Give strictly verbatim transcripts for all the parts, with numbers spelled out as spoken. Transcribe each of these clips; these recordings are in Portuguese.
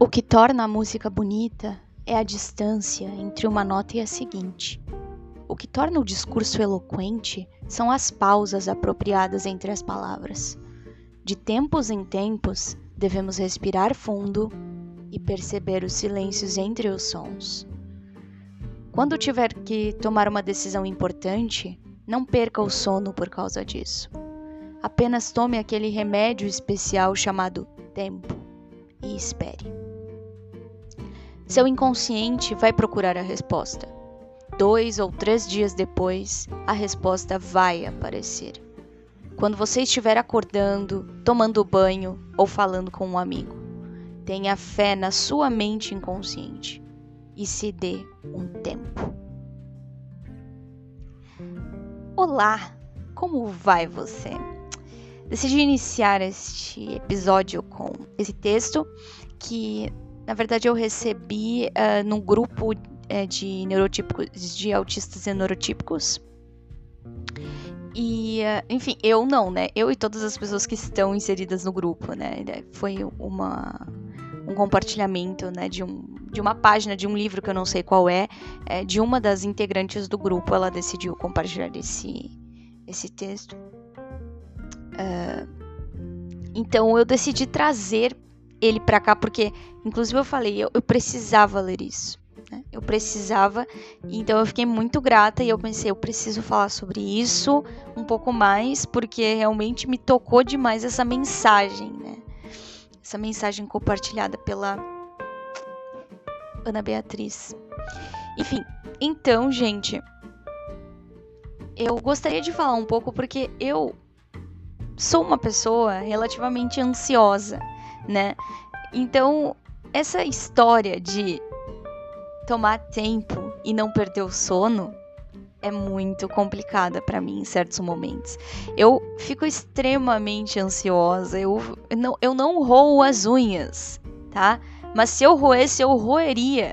O que torna a música bonita é a distância entre uma nota e a seguinte. O que torna o discurso eloquente são as pausas apropriadas entre as palavras. De tempos em tempos, devemos respirar fundo e perceber os silêncios entre os sons. Quando tiver que tomar uma decisão importante, não perca o sono por causa disso. Apenas tome aquele remédio especial chamado tempo e espere. Seu inconsciente vai procurar a resposta. Dois ou três dias depois, a resposta vai aparecer. Quando você estiver acordando, tomando banho ou falando com um amigo, tenha fé na sua mente inconsciente e se dê um tempo. Olá, como vai você? Decidi iniciar este episódio com esse texto que, na verdade, eu recebi uh, num grupo uh, de neurotípicos, de autistas e neurotípicos. E, uh, enfim, eu não, né? Eu e todas as pessoas que estão inseridas no grupo, né? Foi uma, um compartilhamento, né, de, um, de uma página de um livro que eu não sei qual é, é, de uma das integrantes do grupo. Ela decidiu compartilhar esse, esse texto. Uh, então eu decidi trazer ele pra cá, porque inclusive eu falei, eu, eu precisava ler isso, né? Eu precisava, então eu fiquei muito grata e eu pensei, eu preciso falar sobre isso um pouco mais, porque realmente me tocou demais essa mensagem, né? Essa mensagem compartilhada pela Ana Beatriz. Enfim, então, gente, eu gostaria de falar um pouco, porque eu sou uma pessoa relativamente ansiosa, né? Então, essa história de tomar tempo e não perder o sono é muito complicada para mim em certos momentos. Eu fico extremamente ansiosa, eu não, eu não roo as unhas, tá? Mas se eu roesse, eu roeria.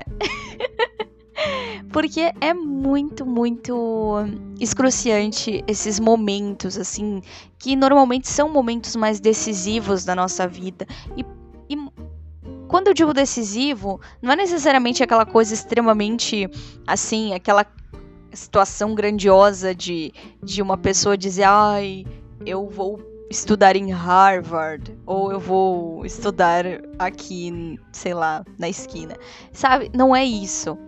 Porque é muito, muito excruciante esses momentos, assim, que normalmente são momentos mais decisivos da nossa vida. E, e quando eu digo decisivo, não é necessariamente aquela coisa extremamente, assim, aquela situação grandiosa de, de uma pessoa dizer, ai, eu vou estudar em Harvard, ou eu vou estudar aqui, sei lá, na esquina. Sabe? Não é isso.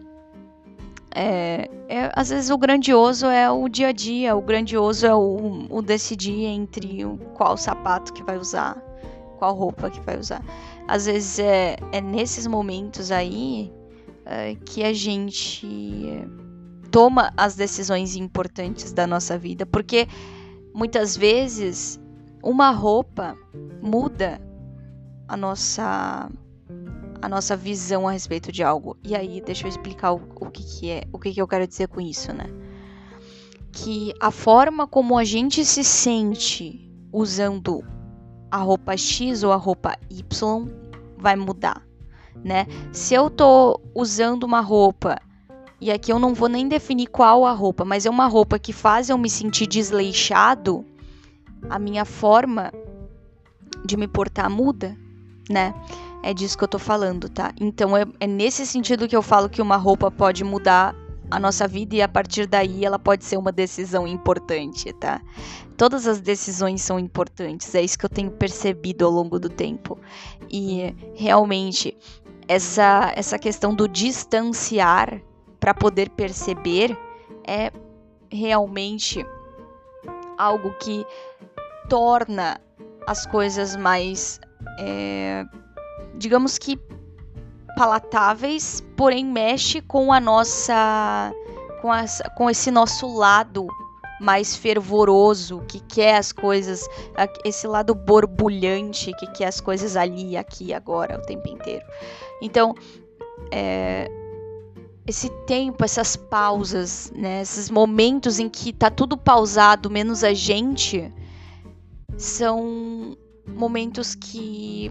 É, é, às vezes o grandioso é o dia a dia, o grandioso é o, o decidir entre o, qual sapato que vai usar, qual roupa que vai usar. Às vezes é, é nesses momentos aí é, que a gente toma as decisões importantes da nossa vida, porque muitas vezes uma roupa muda a nossa a nossa visão a respeito de algo. E aí, deixa eu explicar o, o que que é, o que que eu quero dizer com isso, né? Que a forma como a gente se sente usando a roupa X ou a roupa Y vai mudar, né? Se eu tô usando uma roupa, e aqui eu não vou nem definir qual a roupa, mas é uma roupa que faz eu me sentir desleixado, a minha forma de me portar muda, né? É disso que eu tô falando, tá? Então é, é nesse sentido que eu falo que uma roupa pode mudar a nossa vida e a partir daí ela pode ser uma decisão importante, tá? Todas as decisões são importantes, é isso que eu tenho percebido ao longo do tempo. E realmente essa, essa questão do distanciar para poder perceber é realmente algo que torna as coisas mais, é, digamos que palatáveis, porém mexe com a nossa, com, as, com esse nosso lado mais fervoroso, que quer as coisas, esse lado borbulhante, que quer as coisas ali, aqui, agora, o tempo inteiro. Então, é, esse tempo, essas pausas, né, esses momentos em que tá tudo pausado, menos a gente, são momentos que,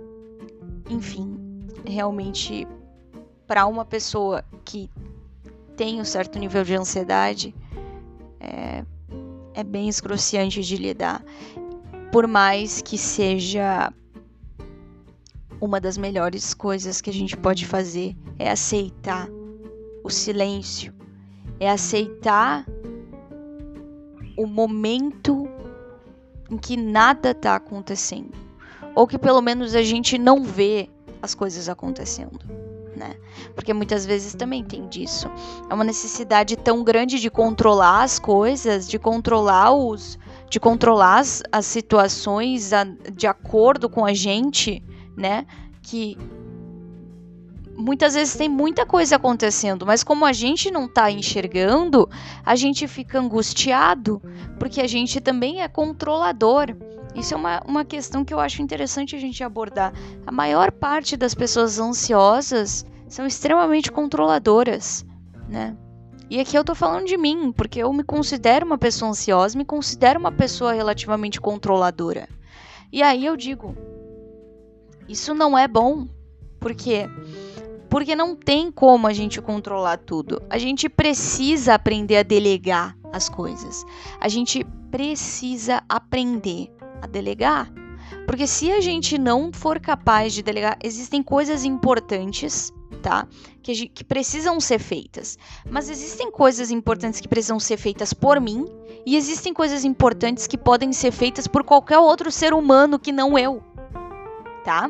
enfim, realmente, para uma pessoa que tem um certo nível de ansiedade, é, é bem excruciante de lidar. Por mais que seja uma das melhores coisas que a gente pode fazer é aceitar o silêncio, é aceitar o momento em que nada está acontecendo, ou que pelo menos a gente não vê as coisas acontecendo, né? Porque muitas vezes também tem disso. É uma necessidade tão grande de controlar as coisas, de controlar os, de controlar as, as situações a, de acordo com a gente, né? Que muitas vezes tem muita coisa acontecendo, mas como a gente não está enxergando, a gente fica angustiado, porque a gente também é controlador. Isso é uma, uma questão que eu acho interessante a gente abordar. A maior parte das pessoas ansiosas são extremamente controladoras, né? E aqui eu tô falando de mim, porque eu me considero uma pessoa ansiosa, me considero uma pessoa relativamente controladora. E aí eu digo, isso não é bom, por quê? Porque não tem como a gente controlar tudo. A gente precisa aprender a delegar as coisas. A gente precisa aprender a delegar. Porque se a gente não for capaz de delegar, existem coisas importantes, tá? Que, a gente, que precisam ser feitas. Mas existem coisas importantes que precisam ser feitas por mim. E existem coisas importantes que podem ser feitas por qualquer outro ser humano que não eu. Tá?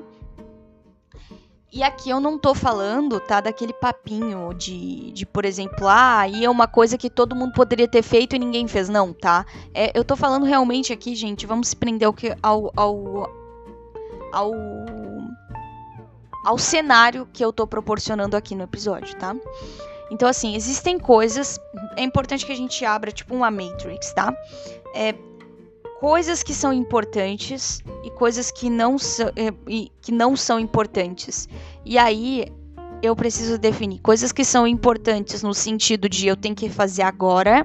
E aqui eu não tô falando, tá, daquele papinho de, de, por exemplo, ah, aí é uma coisa que todo mundo poderia ter feito e ninguém fez, não, tá? É, eu tô falando realmente aqui, gente, vamos se prender ao, ao, ao, ao, ao cenário que eu tô proporcionando aqui no episódio, tá? Então, assim, existem coisas, é importante que a gente abra, tipo, uma matrix, tá? É... Coisas que são importantes e coisas que não, so, e, que não são importantes. E aí, eu preciso definir coisas que são importantes no sentido de eu tenho que fazer agora,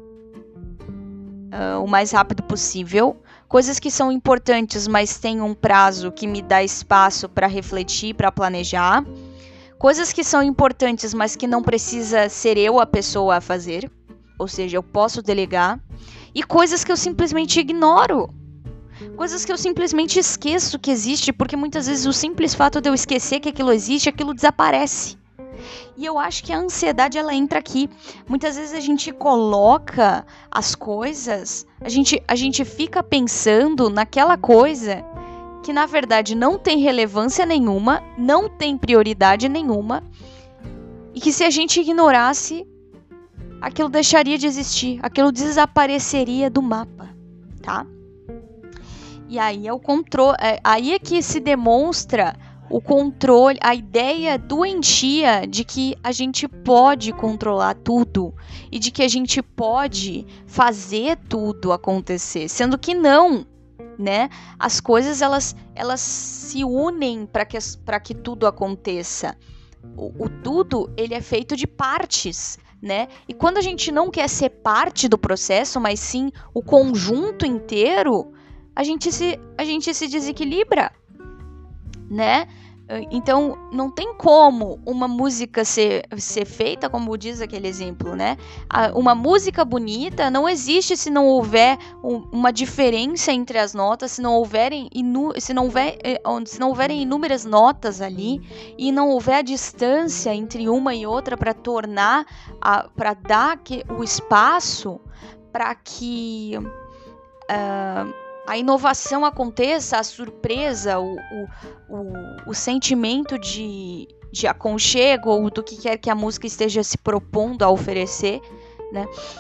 uh, o mais rápido possível. Coisas que são importantes, mas tem um prazo que me dá espaço para refletir, para planejar. Coisas que são importantes, mas que não precisa ser eu a pessoa a fazer. Ou seja, eu posso delegar. E coisas que eu simplesmente ignoro. Coisas que eu simplesmente esqueço que existe, porque muitas vezes o simples fato de eu esquecer que aquilo existe, aquilo desaparece. E eu acho que a ansiedade, ela entra aqui. Muitas vezes a gente coloca as coisas, a gente, a gente fica pensando naquela coisa que na verdade não tem relevância nenhuma, não tem prioridade nenhuma, e que se a gente ignorasse, aquilo deixaria de existir, aquilo desapareceria do mapa, tá? E aí é o controle, é, aí é que se demonstra o controle, a ideia doentia de que a gente pode controlar tudo e de que a gente pode fazer tudo acontecer, sendo que não, né? As coisas elas, elas se unem para que, para que tudo aconteça. O, o tudo ele é feito de partes. Né? E quando a gente não quer ser parte do processo, mas sim o conjunto inteiro, a gente se, a gente se desequilibra, né? Então, não tem como uma música ser, ser feita, como diz aquele exemplo, né? Uma música bonita não existe se não houver uma diferença entre as notas, se não houverem, inu, se não houver, se não houverem inúmeras notas ali e não houver a distância entre uma e outra para tornar, para dar que, o espaço para que... Uh, a inovação aconteça, a surpresa, o, o, o, o sentimento de, de aconchego ou do que quer que a música esteja se propondo a oferecer, né?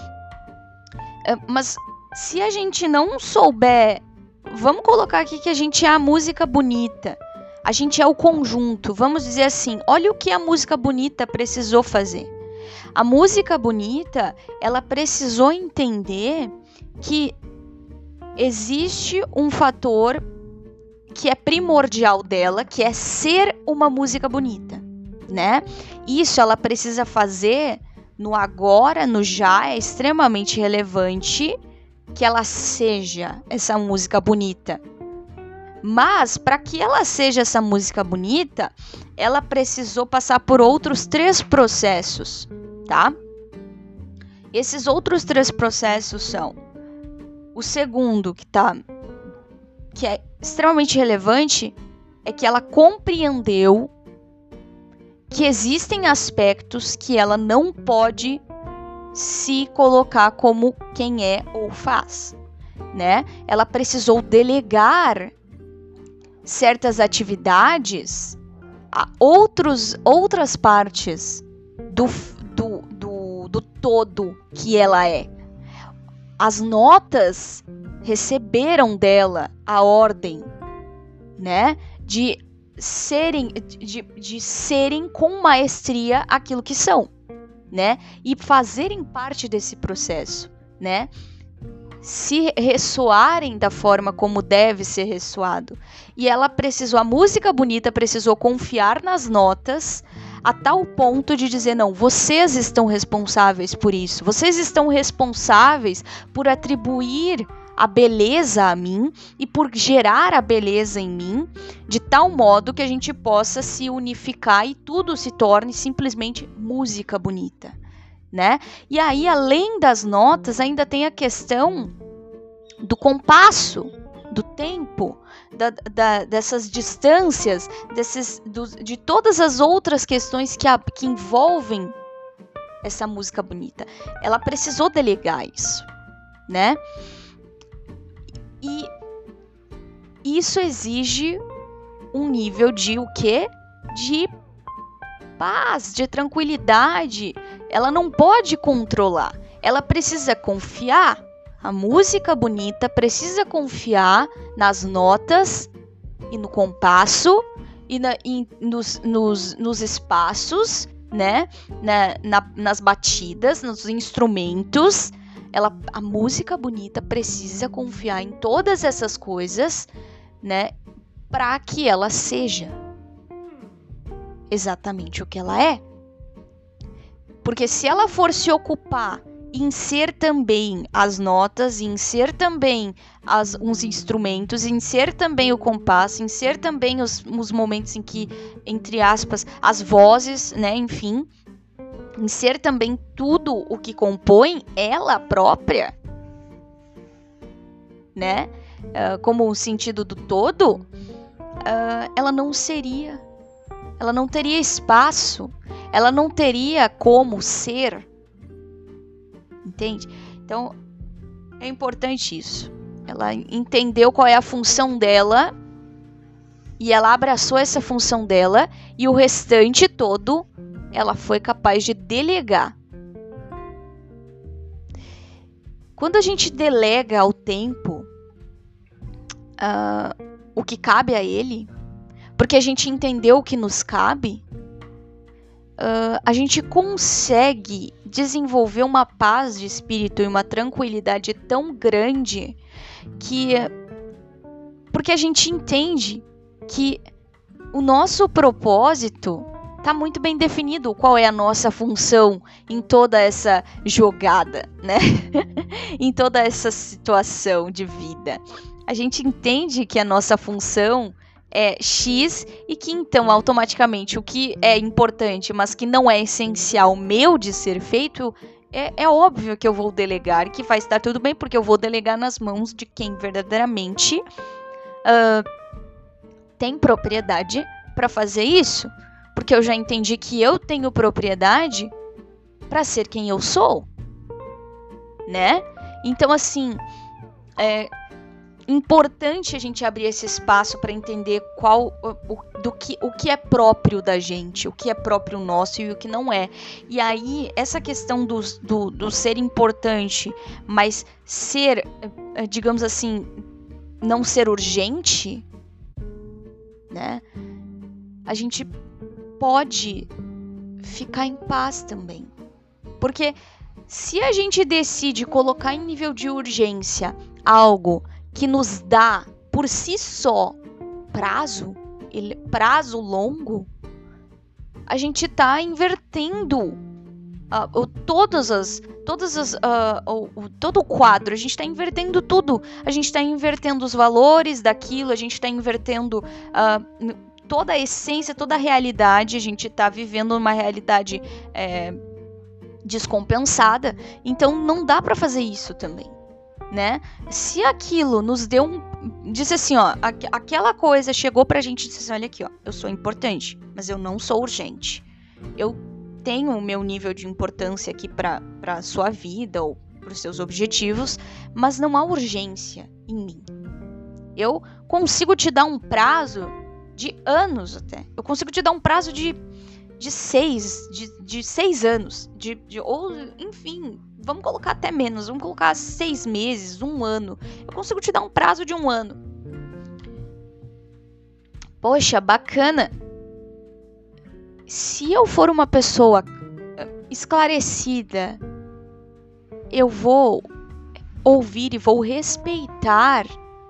Mas se a gente não souber, vamos colocar aqui que a gente é a música bonita, a gente é o conjunto, vamos dizer assim, olha o que a música bonita precisou fazer. A música bonita, ela precisou entender que existe um fator que é primordial dela, que é ser uma música bonita, né? Isso ela precisa fazer no agora, no já, é extremamente relevante que ela seja essa música bonita. Mas, para que ela seja essa música bonita, ela precisou passar por outros três processos, tá? Esses outros três processos são: o segundo, que, tá, que é extremamente relevante, é que ela compreendeu que existem aspectos que ela não pode se colocar como quem é ou faz, né? Ela precisou delegar certas atividades a outros, outras partes do, do, do, do todo que ela é. As notas receberam dela a ordem, né, de serem, de, de serem com maestria aquilo que são, né, e fazerem parte desse processo, né, se ressoarem da forma como deve ser ressoado. E ela precisou, a música bonita precisou confiar nas notas a tal ponto de dizer, não, vocês estão responsáveis por isso, vocês estão responsáveis por atribuir a beleza a mim e por gerar a beleza em mim, de tal modo que a gente possa se unificar e tudo se torne simplesmente música bonita, né? E aí, além das notas, ainda tem a questão do compasso, do tempo, da, da, dessas distâncias, desses, do, de todas as outras questões que, a, que envolvem essa música bonita. Ela precisou delegar isso, né? E isso exige um nível de o quê? De paz, de tranquilidade. Ela não pode controlar, ela precisa confiar. A música bonita precisa confiar nas notas e no compasso e, na, e nos, nos, nos espaços, né? Na, na, nas batidas, nos instrumentos. Ela, a música bonita precisa confiar em todas essas coisas, né? Para que ela seja exatamente o que ela é. Porque se ela for se ocupar em ser também as notas, em ser também as, uns instrumentos, em ser também o compasso, em ser também os, os momentos em que, entre aspas, as vozes, né, enfim, em ser também tudo o que compõe ela própria, né, uh, como o sentido do todo, uh, ela não seria, ela não teria espaço, ela não teria como ser. Entende? Então, é importante isso. Ela entendeu qual é a função dela e ela abraçou essa função dela e o restante todo ela foi capaz de delegar. Quando a gente delega ao tempo uh, o que cabe a ele, porque a gente entendeu o que nos cabe, Uh, a gente consegue desenvolver uma paz de espírito e uma tranquilidade tão grande que, porque a gente entende que o nosso propósito está muito bem definido, qual é a nossa função em toda essa jogada, né? Em toda essa situação de vida. A gente entende que a nossa função é X e que então automaticamente o que é importante, mas que não é essencial meu de ser feito, é, é óbvio que eu vou delegar, que vai estar tudo bem, porque eu vou delegar nas mãos de quem verdadeiramente uh, tem propriedade para fazer isso, porque eu já entendi que eu tenho propriedade para ser quem eu sou, né? Então, assim, é importante a gente abrir esse espaço para entender qual o, do que, o que é próprio da gente, o que é próprio nosso e o que não é. E aí, essa questão do, do, do ser importante, mas ser, digamos assim, não ser urgente, né? A gente pode ficar em paz também. Porque se a gente decide colocar em nível de urgência algo que nos dá, por si só, prazo, ele, prazo longo, a gente está invertendo uh, uh, todas as, todas as, uh, uh, uh, todo o quadro, a gente está invertendo tudo, a gente está invertendo os valores daquilo, a gente está invertendo uh, toda a essência, toda a realidade, a gente está vivendo uma realidade é, descompensada, então não dá para fazer isso também. né? Se aquilo nos deu um... Diz assim, ó, aqu- aquela coisa chegou pra gente e disse assim, olha aqui, ó, eu sou importante, mas eu não sou urgente. Eu tenho o meu nível de importância aqui pra, pra sua vida ou pros seus objetivos, mas não há urgência em mim. Eu consigo te dar um prazo de anos até. Eu consigo te dar um prazo de, de seis, de, de seis anos, de, de, ou enfim, vamos colocar até menos, vamos colocar seis meses, um ano. Eu consigo te dar um prazo de um ano. Poxa, bacana. Se eu for uma pessoa esclarecida, eu vou ouvir e vou respeitar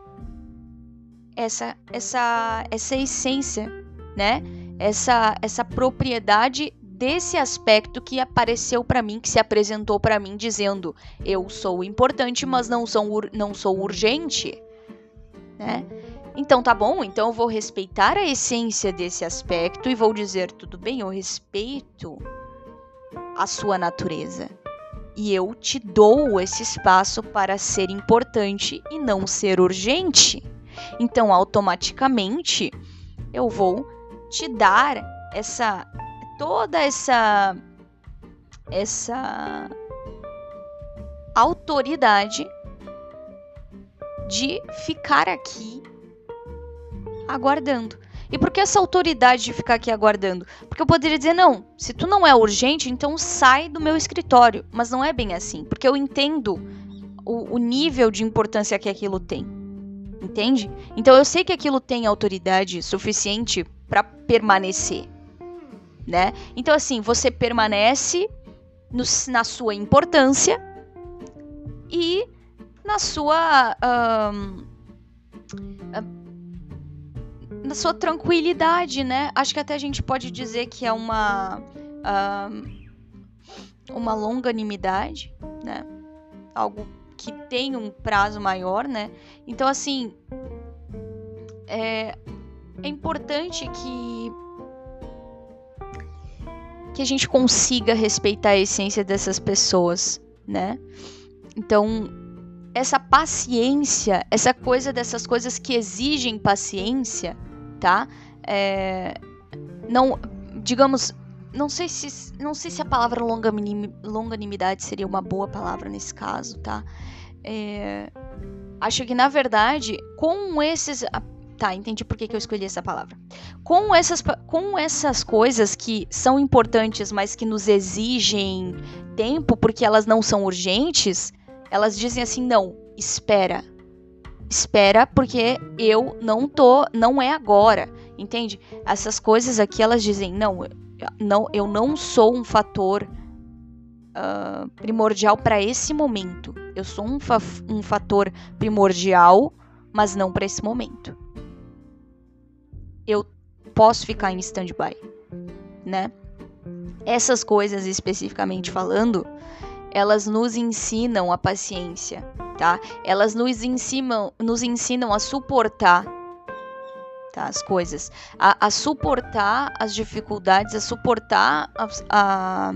essa, essa, essa essência, né? Essa, essa propriedade desse aspecto que apareceu para mim, que se apresentou para mim dizendo eu sou importante, mas não sou, não sou urgente, né? Então tá bom, então eu vou respeitar a essência desse aspecto e vou dizer, tudo bem, eu respeito a sua natureza. E eu te dou esse espaço para ser importante e não ser urgente. Então, automaticamente, eu vou te dar essa, toda essa, essa autoridade de ficar aqui aguardando. E por que essa autoridade de ficar aqui aguardando? Porque eu poderia dizer, não, se tu não é urgente, então sai do meu escritório. Mas não é bem assim, porque eu entendo o, o nível de importância que aquilo tem. Entende? Então eu sei que aquilo tem autoridade suficiente para permanecer, né? Então assim, você permanece no, na sua importância e na sua... Um, um, na sua tranquilidade, né? Acho que até a gente pode dizer que é uma uh, uma longanimidade, né? Algo que tem um prazo maior, né? Então, assim, é, é importante que que a gente consiga respeitar a essência dessas pessoas, né? Então, essa paciência, essa coisa dessas coisas que exigem paciência, tá? É, não, digamos, não sei se, não sei se a palavra longanim, longanimidade seria uma boa palavra nesse caso, tá? É, acho que, na verdade, com esses... Tá, entendi por que, que eu escolhi essa palavra. Com essas, com essas coisas que são importantes, mas que nos exigem tempo, porque elas não são urgentes, elas dizem assim, não, espera. Espera, porque eu não tô, não é agora, entende? Essas coisas aqui, elas dizem, não, não eu não sou um fator uh, primordial para esse momento. Eu sou um, fa- um fator primordial, mas não para esse momento. Eu posso ficar em stand-by, né? Essas coisas, especificamente falando, elas nos ensinam a paciência, tá? Elas nos ensinam, nos ensinam a suportar, tá? As coisas, a, a suportar as dificuldades, a suportar a, a,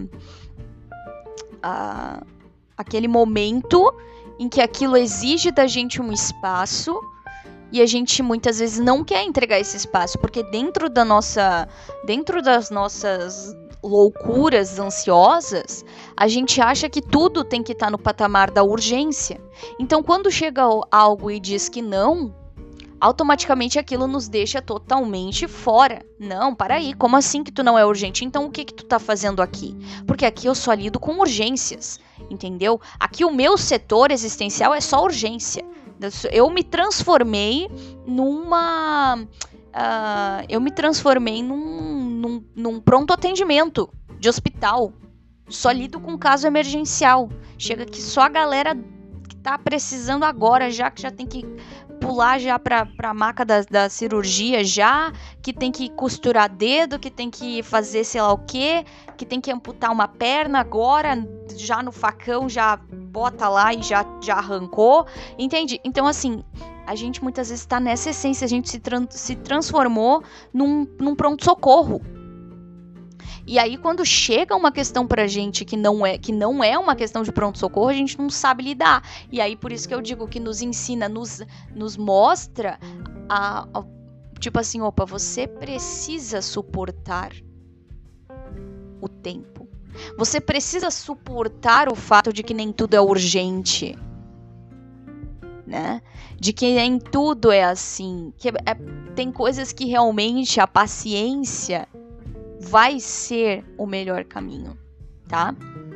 a, aquele momento em que aquilo exige da gente um espaço e a gente muitas vezes não quer entregar esse espaço, porque dentro da nossa, dentro das nossas loucuras ansiosas, a gente acha que tudo tem que estar no patamar da urgência. Então, quando chega algo e diz que não, automaticamente aquilo nos deixa totalmente fora. Não, para aí, como assim que tu não é urgente? Então, o que que tu tá fazendo aqui? Porque aqui eu só lido com urgências, entendeu? Aqui o meu setor existencial é só urgência. Eu me transformei numa... Uh, eu me transformei num, num, num pronto atendimento de hospital. Só lido com caso emergencial. Chega que só a galera que tá precisando agora, já que já tem que pular já pra, pra maca da, da cirurgia, já que tem que costurar dedo, que tem que fazer sei lá o que, que tem que amputar uma perna agora, já no facão, já bota lá e já, já arrancou, entende? Então, assim, a gente muitas vezes tá nessa essência, a gente se, tran- se transformou num, num pronto-socorro. E aí, quando chega uma questão pra gente que não é, que não é uma questão de pronto-socorro, a gente não sabe lidar. E aí, por isso que eu digo que nos ensina, nos, nos mostra, a, a, tipo assim, opa, você precisa suportar o tempo. Você precisa suportar o fato de que nem tudo é urgente. Né? De que nem tudo é assim. Que é, tem coisas que realmente a paciência vai ser o melhor caminho, tá?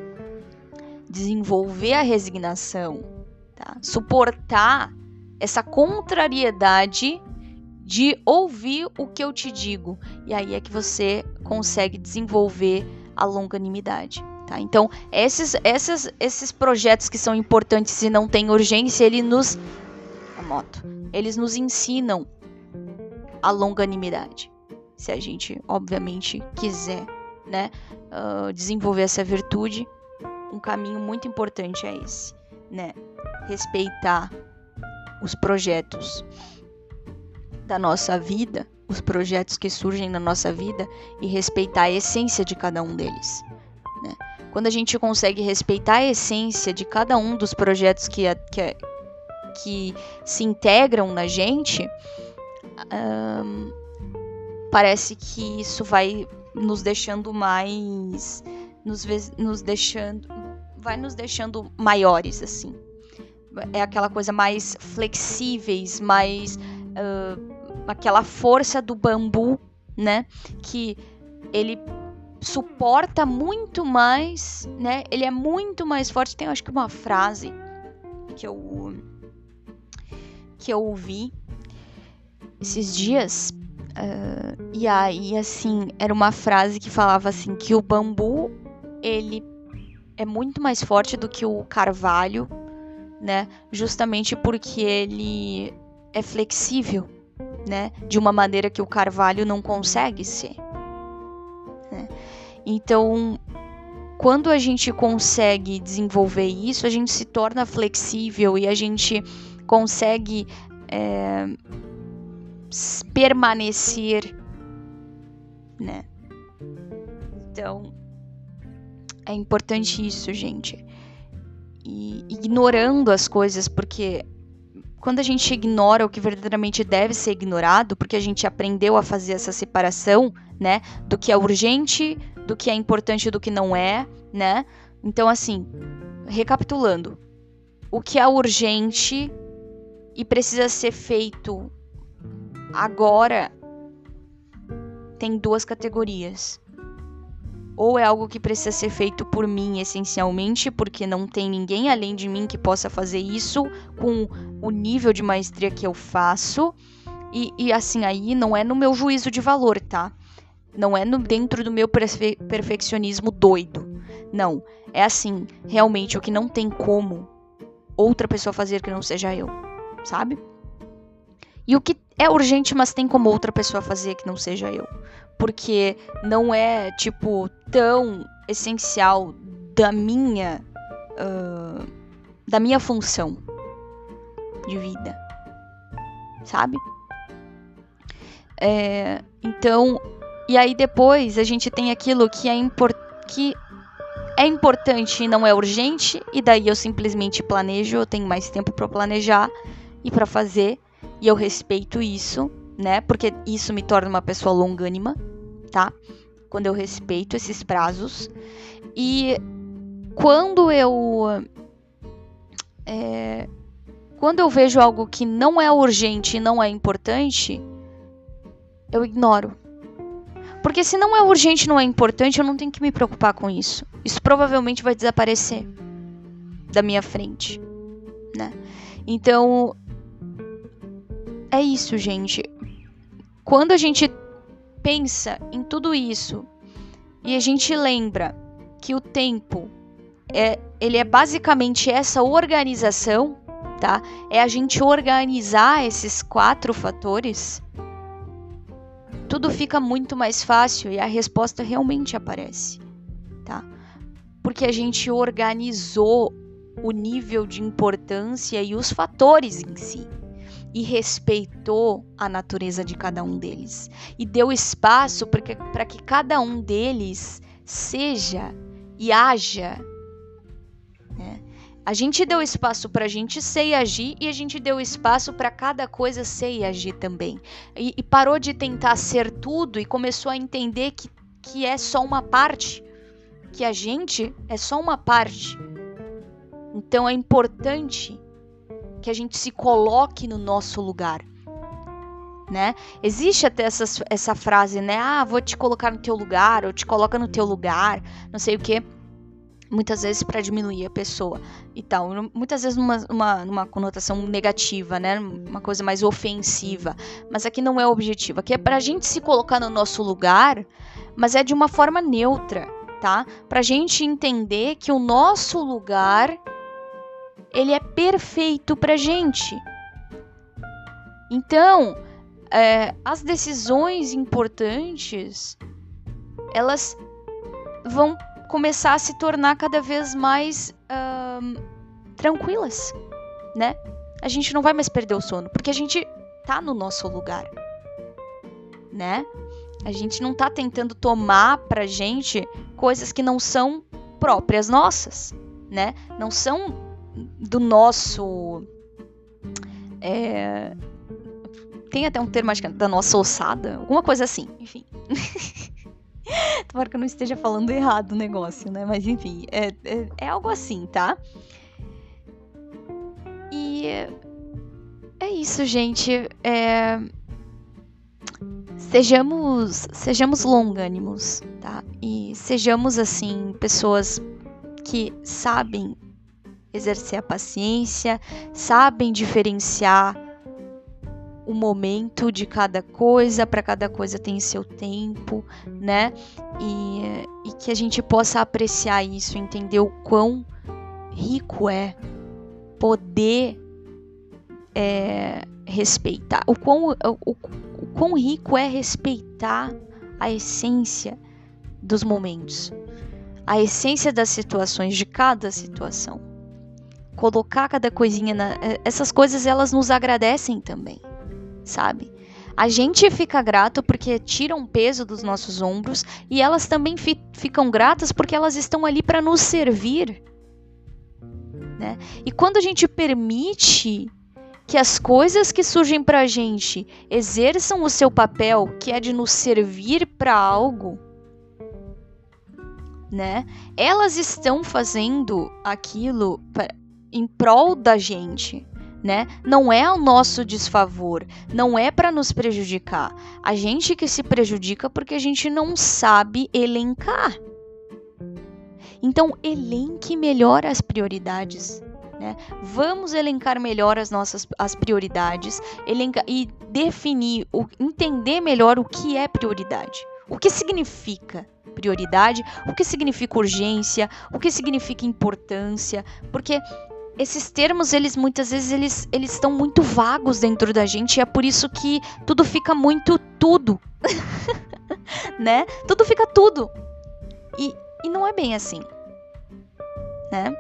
Desenvolver a resignação, tá? Suportar essa contrariedade de ouvir o que eu te digo. E aí é que você consegue desenvolver a longanimidade, tá? Então, esses, esses, esses projetos que são importantes e não têm urgência, eles nos... A moto. Eles nos ensinam a longanimidade. Se a gente, obviamente, quiser, né, uh, desenvolver essa virtude, um caminho muito importante é esse, né? Respeitar os projetos da nossa vida, os projetos que surgem na nossa vida e respeitar a essência de cada um deles, né? Quando a gente consegue respeitar a essência de cada um dos projetos que, que, que se integram na gente, um, parece que isso vai nos deixando mais, nos, nos deixando, vai nos deixando maiores, assim. É aquela coisa mais flexíveis, mais uh, aquela força do bambu, né? Que ele suporta muito mais, né? Ele é muito mais forte. Tem, acho que uma frase que eu que eu ouvi esses dias. Uh, e aí, assim, era uma frase que falava assim, que o bambu, ele é muito mais forte do que o carvalho, né? Justamente porque ele é flexível, né? De uma maneira que o carvalho não consegue ser, né? Então, quando a gente consegue desenvolver isso, a gente se torna flexível e a gente consegue... É, permanecer, né? Então, é importante isso, gente. E ignorando as coisas, porque quando a gente ignora o que verdadeiramente deve ser ignorado, porque a gente aprendeu a fazer essa separação, né? Do que é urgente, do que é importante e do que não é, né? Então, assim, recapitulando. O que é urgente e precisa ser feito agora tem duas categorias. Ou é algo que precisa ser feito por mim, essencialmente, porque não tem ninguém além de mim que possa fazer isso com o nível de maestria que eu faço. E, e assim, aí não é no meu juízo de valor, tá? Não é no, dentro do meu perfe- perfeccionismo doido. Não. É assim, realmente, o que não tem como outra pessoa fazer que não seja eu, sabe? E o que é urgente, mas tem como outra pessoa fazer que não seja eu. Porque não é, tipo, tão essencial da minha, uh, da minha função de vida. Sabe? É, então, e aí depois a gente tem aquilo que é, impor- que é importante e não é urgente. E daí eu simplesmente planejo, eu tenho mais tempo para planejar e para fazer. E eu respeito isso, né? Porque isso me torna uma pessoa longânima, tá? Quando eu respeito esses prazos. E quando eu... É, quando eu vejo algo que não é urgente e não é importante, eu ignoro. Porque se não é urgente e não é importante, eu não tenho que me preocupar com isso. Isso provavelmente vai desaparecer da minha frente, né? Então... é isso, gente. Quando a gente pensa em tudo isso e a gente lembra que o tempo é, ele é basicamente essa organização, tá? É a gente organizar esses quatro fatores, tudo fica muito mais fácil e a resposta realmente aparece, tá? Porque a gente organizou o nível de importância e os fatores em si. e respeitou a natureza de cada um deles. E deu espaço para que, para que cada um deles seja e haja, né? A gente deu espaço para a gente ser e agir, e a gente deu espaço para cada coisa ser e agir também. E, e parou de tentar ser tudo e começou a entender que, que é só uma parte, que a gente é só uma parte. Então é importante que a gente se coloque no nosso lugar, né? Existe até essa, essa frase, né? Ah, vou te colocar no teu lugar, ou te coloca no teu lugar, não sei o quê. Muitas vezes para diminuir a pessoa e tal. Muitas vezes numa, numa, numa conotação negativa, né? Uma coisa mais ofensiva. Mas aqui não é o objetivo. Aqui é pra gente se colocar no nosso lugar, mas é de uma forma neutra, tá? Pra gente entender que o nosso lugar, ele é perfeito pra gente. Então, é, as decisões importantes, elas vão começar a se tornar cada vez mais uh, tranquilas, né? A gente não vai mais perder o sono, porque a gente tá no nosso lugar, né? A gente não tá tentando tomar pra gente coisas que não são próprias nossas, né? Não são do nosso... É... Tem até um termo, acho que é da nossa ossada, alguma coisa assim, enfim... Tomara que eu não esteja falando errado o negócio, né? Mas enfim, é, é, é algo assim, tá? E é isso, gente. É... Sejamos, sejamos longânimos, tá? E sejamos, assim, pessoas que sabem exercer a paciência, sabem diferenciar o momento de cada coisa, para cada coisa tem seu tempo, né? E, e que a gente possa apreciar isso, entender o quão rico é poder é, respeitar, o quão, o, o, o quão rico é respeitar a essência dos momentos, a essência das situações, de cada situação. Colocar cada coisinha, na, essas coisas elas nos agradecem também, sabe? A gente fica grato porque tira um peso dos nossos ombros e elas também fi- ficam gratas porque elas estão ali para nos servir, né? E quando a gente permite que as coisas que surgem pra gente exerçam o seu papel, que é de nos servir para algo, né? Elas estão fazendo aquilo pra, em prol da gente, né? Não é ao nosso desfavor, não é para nos prejudicar. A gente que se prejudica porque a gente não sabe elencar. Então, elenque melhor as prioridades, né? Vamos elencar melhor as nossas as prioridades, elencar e definir, o, entender melhor o que é prioridade. O que significa prioridade? O que significa urgência? O que significa importância? Porque esses termos, eles muitas vezes eles, eles estão muito vagos dentro da gente e é por isso que tudo fica muito tudo, né? Tudo fica tudo. E, e não é bem assim, né?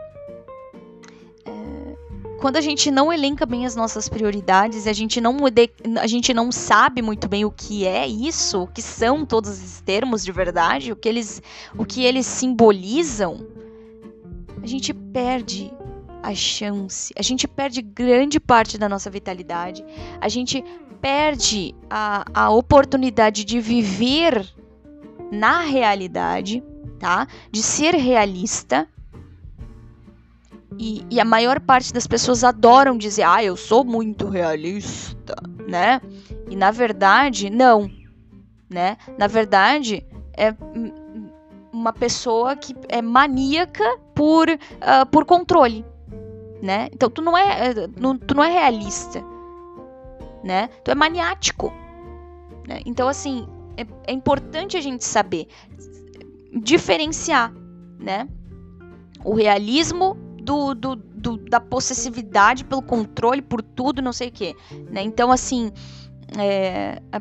É, quando a gente não elenca bem as nossas prioridades, a gente não, a gente não sabe muito bem o que é isso, o que são todos esses termos de verdade, o que eles, o que eles simbolizam, a gente perde a chance, a gente perde grande parte da nossa vitalidade, a gente perde a, a oportunidade de viver na realidade, tá? De ser realista. E, e a maior parte das pessoas adoram dizer, ah, eu sou muito realista, né? E na verdade, não, né? Na verdade, é uma pessoa que é maníaca por, uh, por controle, né? Então tu não é, tu não é realista, né? Tu é maniático, né? Então assim, é, é importante a gente saber diferenciar, né? O realismo do, do, do, da possessividade pelo controle, por tudo, não sei o quê, né? Então assim, é, é,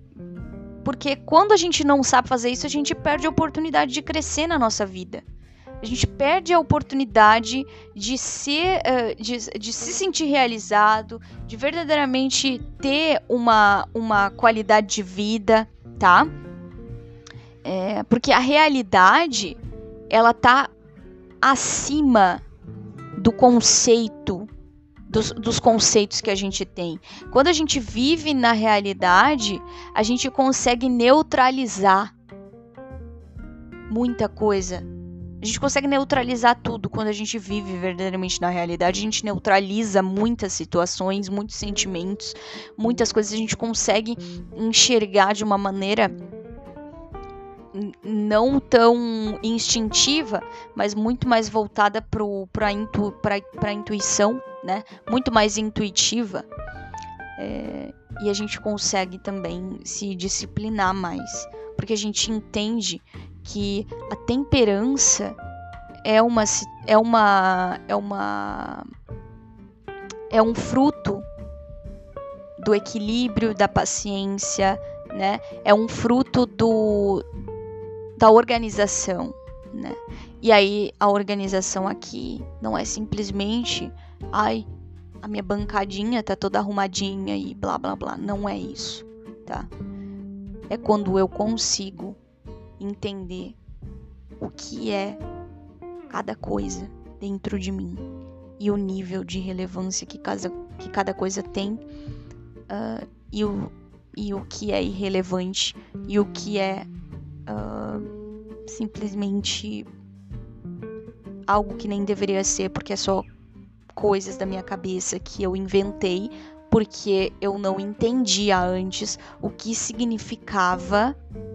porque quando a gente não sabe fazer isso, a gente perde a oportunidade de crescer na nossa vida. A gente perde a oportunidade de ser, uh, de, de se sentir realizado, de verdadeiramente ter uma, uma qualidade de vida, tá? É, porque a realidade, ela tá acima do conceito, dos, dos conceitos que a gente tem. Quando a gente vive na realidade, a gente consegue neutralizar muita coisa. A gente consegue neutralizar tudo quando a gente vive verdadeiramente na realidade. A gente neutraliza muitas situações, muitos sentimentos, muitas coisas. A gente consegue enxergar de uma maneira não tão instintiva, mas muito mais voltada para a intu, intuição, né? Muito mais intuitiva. É, e a gente consegue também se disciplinar mais, porque a gente entende que a temperança é uma é uma é uma é um fruto do equilíbrio, da paciência, né? É um fruto do da organização, né? E aí a organização aqui não é simplesmente, ai, a minha bancadinha tá toda arrumadinha e blá blá blá, não é isso, tá? É quando eu consigo entender o que é cada coisa dentro de mim e o nível de relevância que cada, que cada coisa tem, uh, e, o, e o que é irrelevante e o que é uh, simplesmente algo que nem deveria ser, porque é só coisas da minha cabeça que eu inventei porque eu não entendia antes o que significava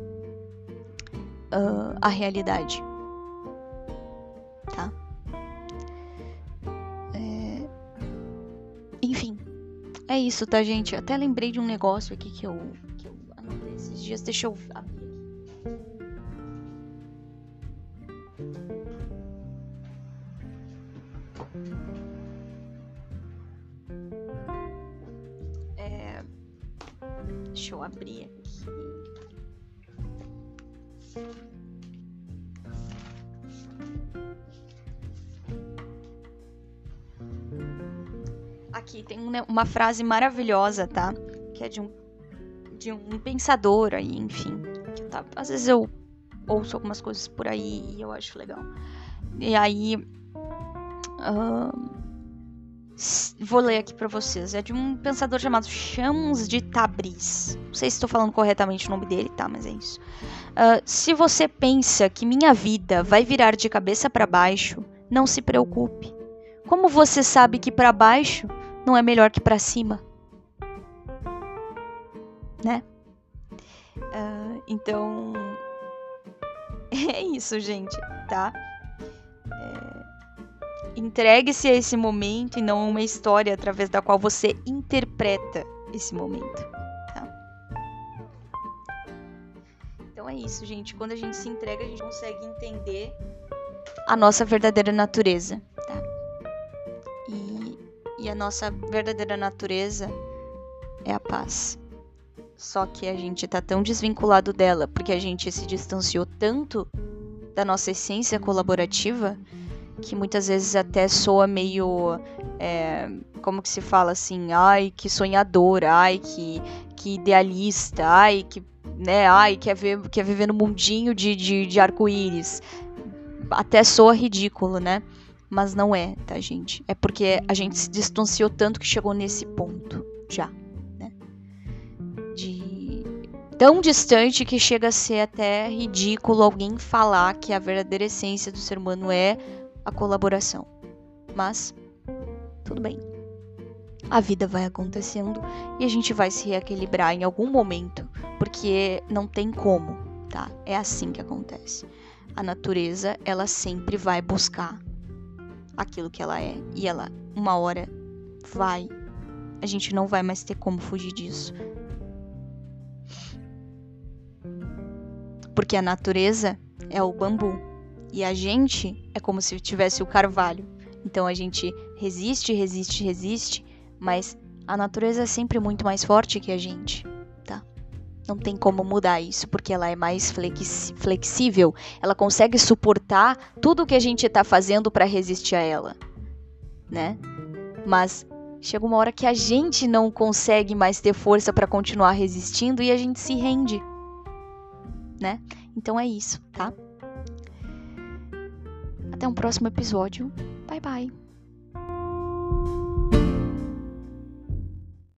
Uh, a realidade, tá? É... Enfim, é isso, tá, gente? Eu até lembrei de um negócio aqui que eu, que eu anotei esses dias. Deixa eu abrir aqui. É... Deixa eu abrir aqui. Aqui tem uma frase maravilhosa, tá? Que é de um, de um pensador aí, enfim. Que tá, às vezes eu ouço algumas coisas por aí e eu acho legal. E aí... Uh, vou ler aqui pra vocês. É de um pensador chamado Shams de Tabriz. Não sei se estou falando corretamente o nome dele, tá? Mas é isso. Uh, se você pensa que minha vida vai virar de cabeça para baixo, não se preocupe. Como você sabe que para baixo não é melhor que para cima? Né? Uh, então, é isso, gente, tá? É... Entregue-se a esse momento e não a uma história através da qual você interpreta esse momento. Então é isso, gente. Quando a gente se entrega, a gente consegue entender a nossa verdadeira natureza, tá? E, e a nossa verdadeira natureza é a paz. Só que a gente tá tão desvinculado dela, porque a gente se distanciou tanto da nossa essência colaborativa, que muitas vezes até soa meio... É, como que se fala assim? Ai, que sonhadora, ai, que, que idealista, ai, que... Né? Ai, quer, ver, quer viver no mundinho de, de, de arco-íris. Até soa ridículo, né? Mas não é, tá, gente? É porque a gente se distanciou tanto que chegou nesse ponto já, né? De... Tão distante que chega a ser até ridículo alguém falar que a verdadeira essência do ser humano é a colaboração. Mas, tudo bem. A vida vai acontecendo e a gente vai se reequilibrar em algum momento, porque não tem como, tá? É assim que acontece. A natureza, ela sempre vai buscar aquilo que ela é, e ela, uma hora, vai. A gente não vai mais ter como fugir disso. Porque a natureza é o bambu, e a gente é como se tivesse o carvalho. Então a gente resiste, resiste, resiste, mas a natureza é sempre muito mais forte que a gente, tá? Não tem como mudar isso, porque ela é mais flex- flexível. Ela consegue suportar tudo que a gente tá fazendo para resistir a ela, né? Mas chega uma hora que a gente não consegue mais ter força para continuar resistindo e a gente se rende, né? Então é isso, tá? Até um próximo episódio. Bye, bye.